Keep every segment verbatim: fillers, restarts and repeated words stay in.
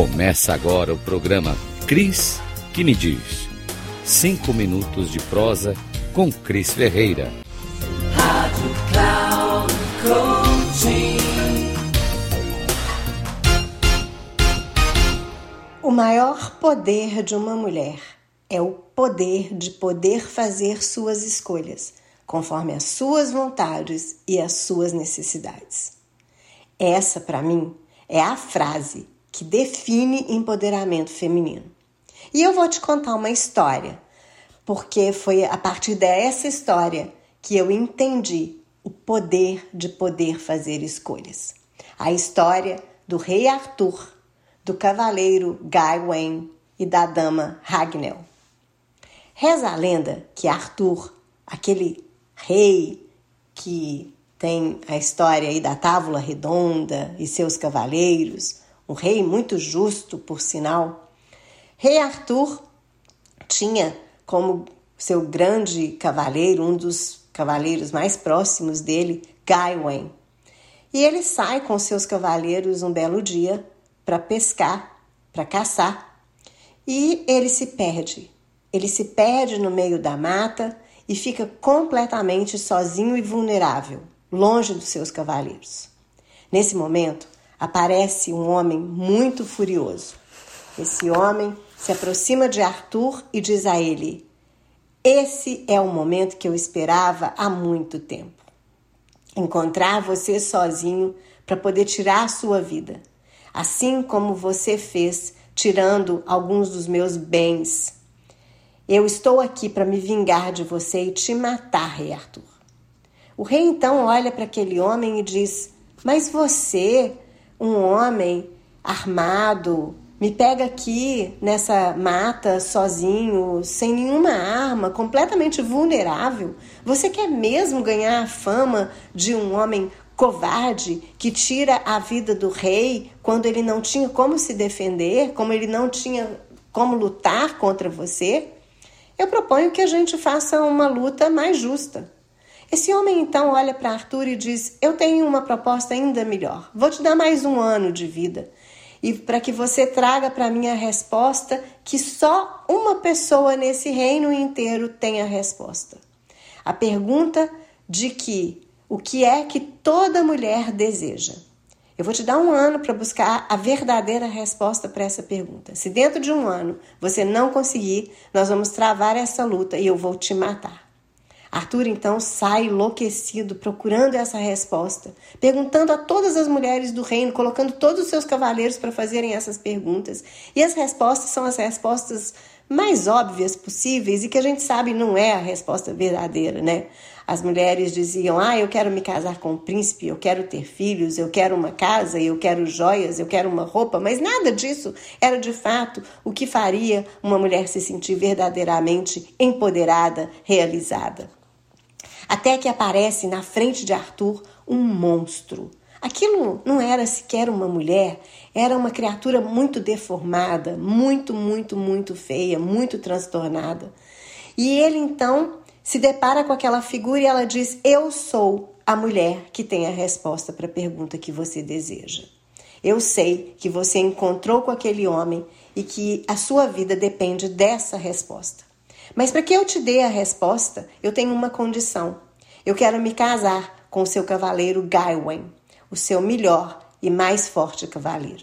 Começa agora o programa Cris que me diz. Cinco minutos de prosa com Cris Ferreira. Rádio Cloud Coaching. O maior poder de uma mulher é o poder de poder fazer suas escolhas, conforme as suas vontades e as suas necessidades. Essa, para mim, é a frase que define empoderamento feminino. E eu vou te contar uma história, porque foi a partir dessa história que eu entendi o poder de poder fazer escolhas. A história do rei Arthur, do cavaleiro Gawain e da dama Ragnell. Reza a lenda que Arthur, aquele rei que tem a história aí da Távola Redonda e seus cavaleiros, um rei muito justo, por sinal. Rei Arthur tinha como seu grande cavaleiro, um dos cavaleiros mais próximos dele, Gawain. E ele sai com seus cavaleiros um belo dia para pescar, para caçar. E ele se perde. Ele se perde no meio da mata e fica completamente sozinho e vulnerável, longe dos seus cavaleiros. Nesse momento, aparece um homem muito furioso. Esse homem se aproxima de Arthur e diz a ele: "Esse é o momento que eu esperava há muito tempo. Encontrar você sozinho para poder tirar a sua vida, assim como você fez, tirando alguns dos meus bens. Eu estou aqui para me vingar de você e te matar, rei Arthur." O rei então olha para aquele homem e diz: "Mas você, um homem armado, me pega aqui nessa mata sozinho, sem nenhuma arma, completamente vulnerável. Você quer mesmo ganhar a fama de um homem covarde que tira a vida do rei quando ele não tinha como se defender, como ele não tinha como lutar contra você? Eu proponho que a gente faça uma luta mais justa." Esse homem então olha para Arthur e diz: "Eu tenho uma proposta ainda melhor. Vou te dar mais um ano de vida. E para que você traga para mim a resposta que só uma pessoa nesse reino inteiro tem a resposta. A pergunta de que o que é que toda mulher deseja. Eu vou te dar um ano para buscar a verdadeira resposta para essa pergunta. Se dentro de um ano você não conseguir, nós vamos travar essa luta e eu vou te matar." Arthur então sai enlouquecido procurando essa resposta, perguntando a todas as mulheres do reino, colocando todos os seus cavaleiros para fazerem essas perguntas. E as respostas são as respostas mais óbvias possíveis e que a gente sabe não é a resposta verdadeira, né? As mulheres diziam: "Ah, eu quero me casar com um príncipe, eu quero ter filhos, eu quero uma casa, eu quero joias, eu quero uma roupa", mas nada disso era de fato o que faria uma mulher se sentir verdadeiramente empoderada, realizada. Até que aparece na frente de Arthur um monstro. Aquilo não era sequer uma mulher, era uma criatura muito deformada, muito, muito, muito feia, muito transtornada. E ele então se depara com aquela figura e ela diz: "Eu sou a mulher que tem a resposta para a pergunta que você deseja. Eu sei que você encontrou com aquele homem e que a sua vida depende dessa resposta. Mas para que eu te dê a resposta, eu tenho uma condição. Eu quero me casar com o seu cavaleiro Gawain, o seu melhor e mais forte cavaleiro."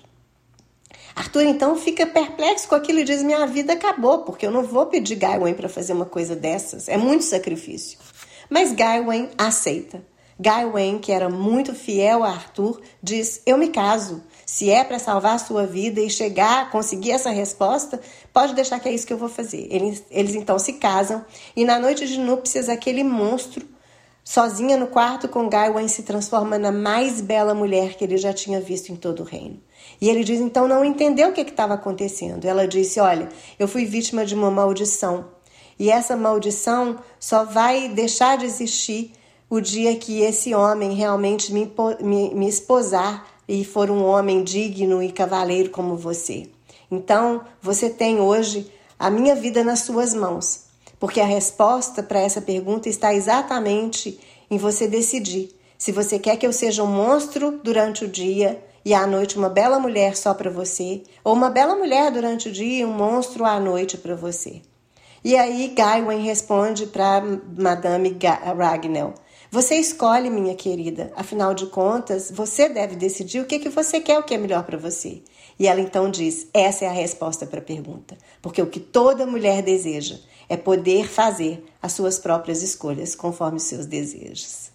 Arthur então fica perplexo com aquilo e diz: "Minha vida acabou, porque eu não vou pedir Gawain para fazer uma coisa dessas. É muito sacrifício." Mas Gawain aceita. Gawain, que era muito fiel a Arthur, diz: "Eu me caso. Se é para salvar a sua vida e chegar a conseguir essa resposta, pode deixar que é isso que eu vou fazer." Eles, eles então se casam e na noite de núpcias aquele monstro, sozinha no quarto com Gawain, se transforma na mais bela mulher que ele já tinha visto em todo o reino. E ele diz então não entendeu o que estava acontecendo. Ela disse: "Olha, eu fui vítima de uma maldição. E essa maldição só vai deixar de existir o dia que esse homem realmente me, me, me esposar e for um homem digno e cavaleiro como você. Então, você tem hoje a minha vida nas suas mãos, porque a resposta para essa pergunta está exatamente em você decidir se você quer que eu seja um monstro durante o dia e à noite uma bela mulher só para você, ou uma bela mulher durante o dia e um monstro à noite para você. E aí Gawain responde para Madame Ragnell: você escolhe, minha querida, afinal de contas, você deve decidir o que, que você quer, o que é melhor para você. E ela então diz: essa é a resposta para a pergunta, porque o que toda mulher deseja é poder fazer as suas próprias escolhas conforme os seus desejos.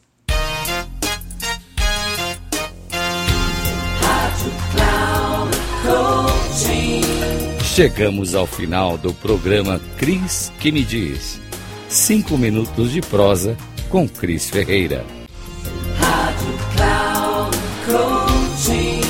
Chegamos ao final do programa Cris que me diz. Cinco minutos de prosa com Cris Ferreira. Rádio Cloud Coaching.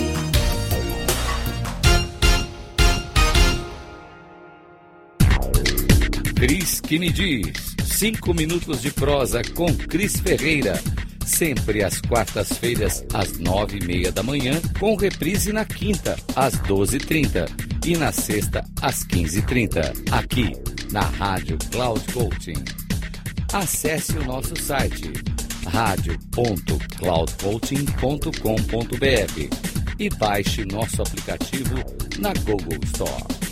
Cris que me diz. Cinco minutos de prosa com Cris Ferreira. Sempre às quartas-feiras, às nove e meia da manhã, com reprise na quinta, às doze e trinta e na sexta, às quinze e trinta, aqui na Rádio Cloud Coaching. Acesse o nosso site rádio ponto cloud coaching ponto com ponto b r e baixe nosso aplicativo na Google Store.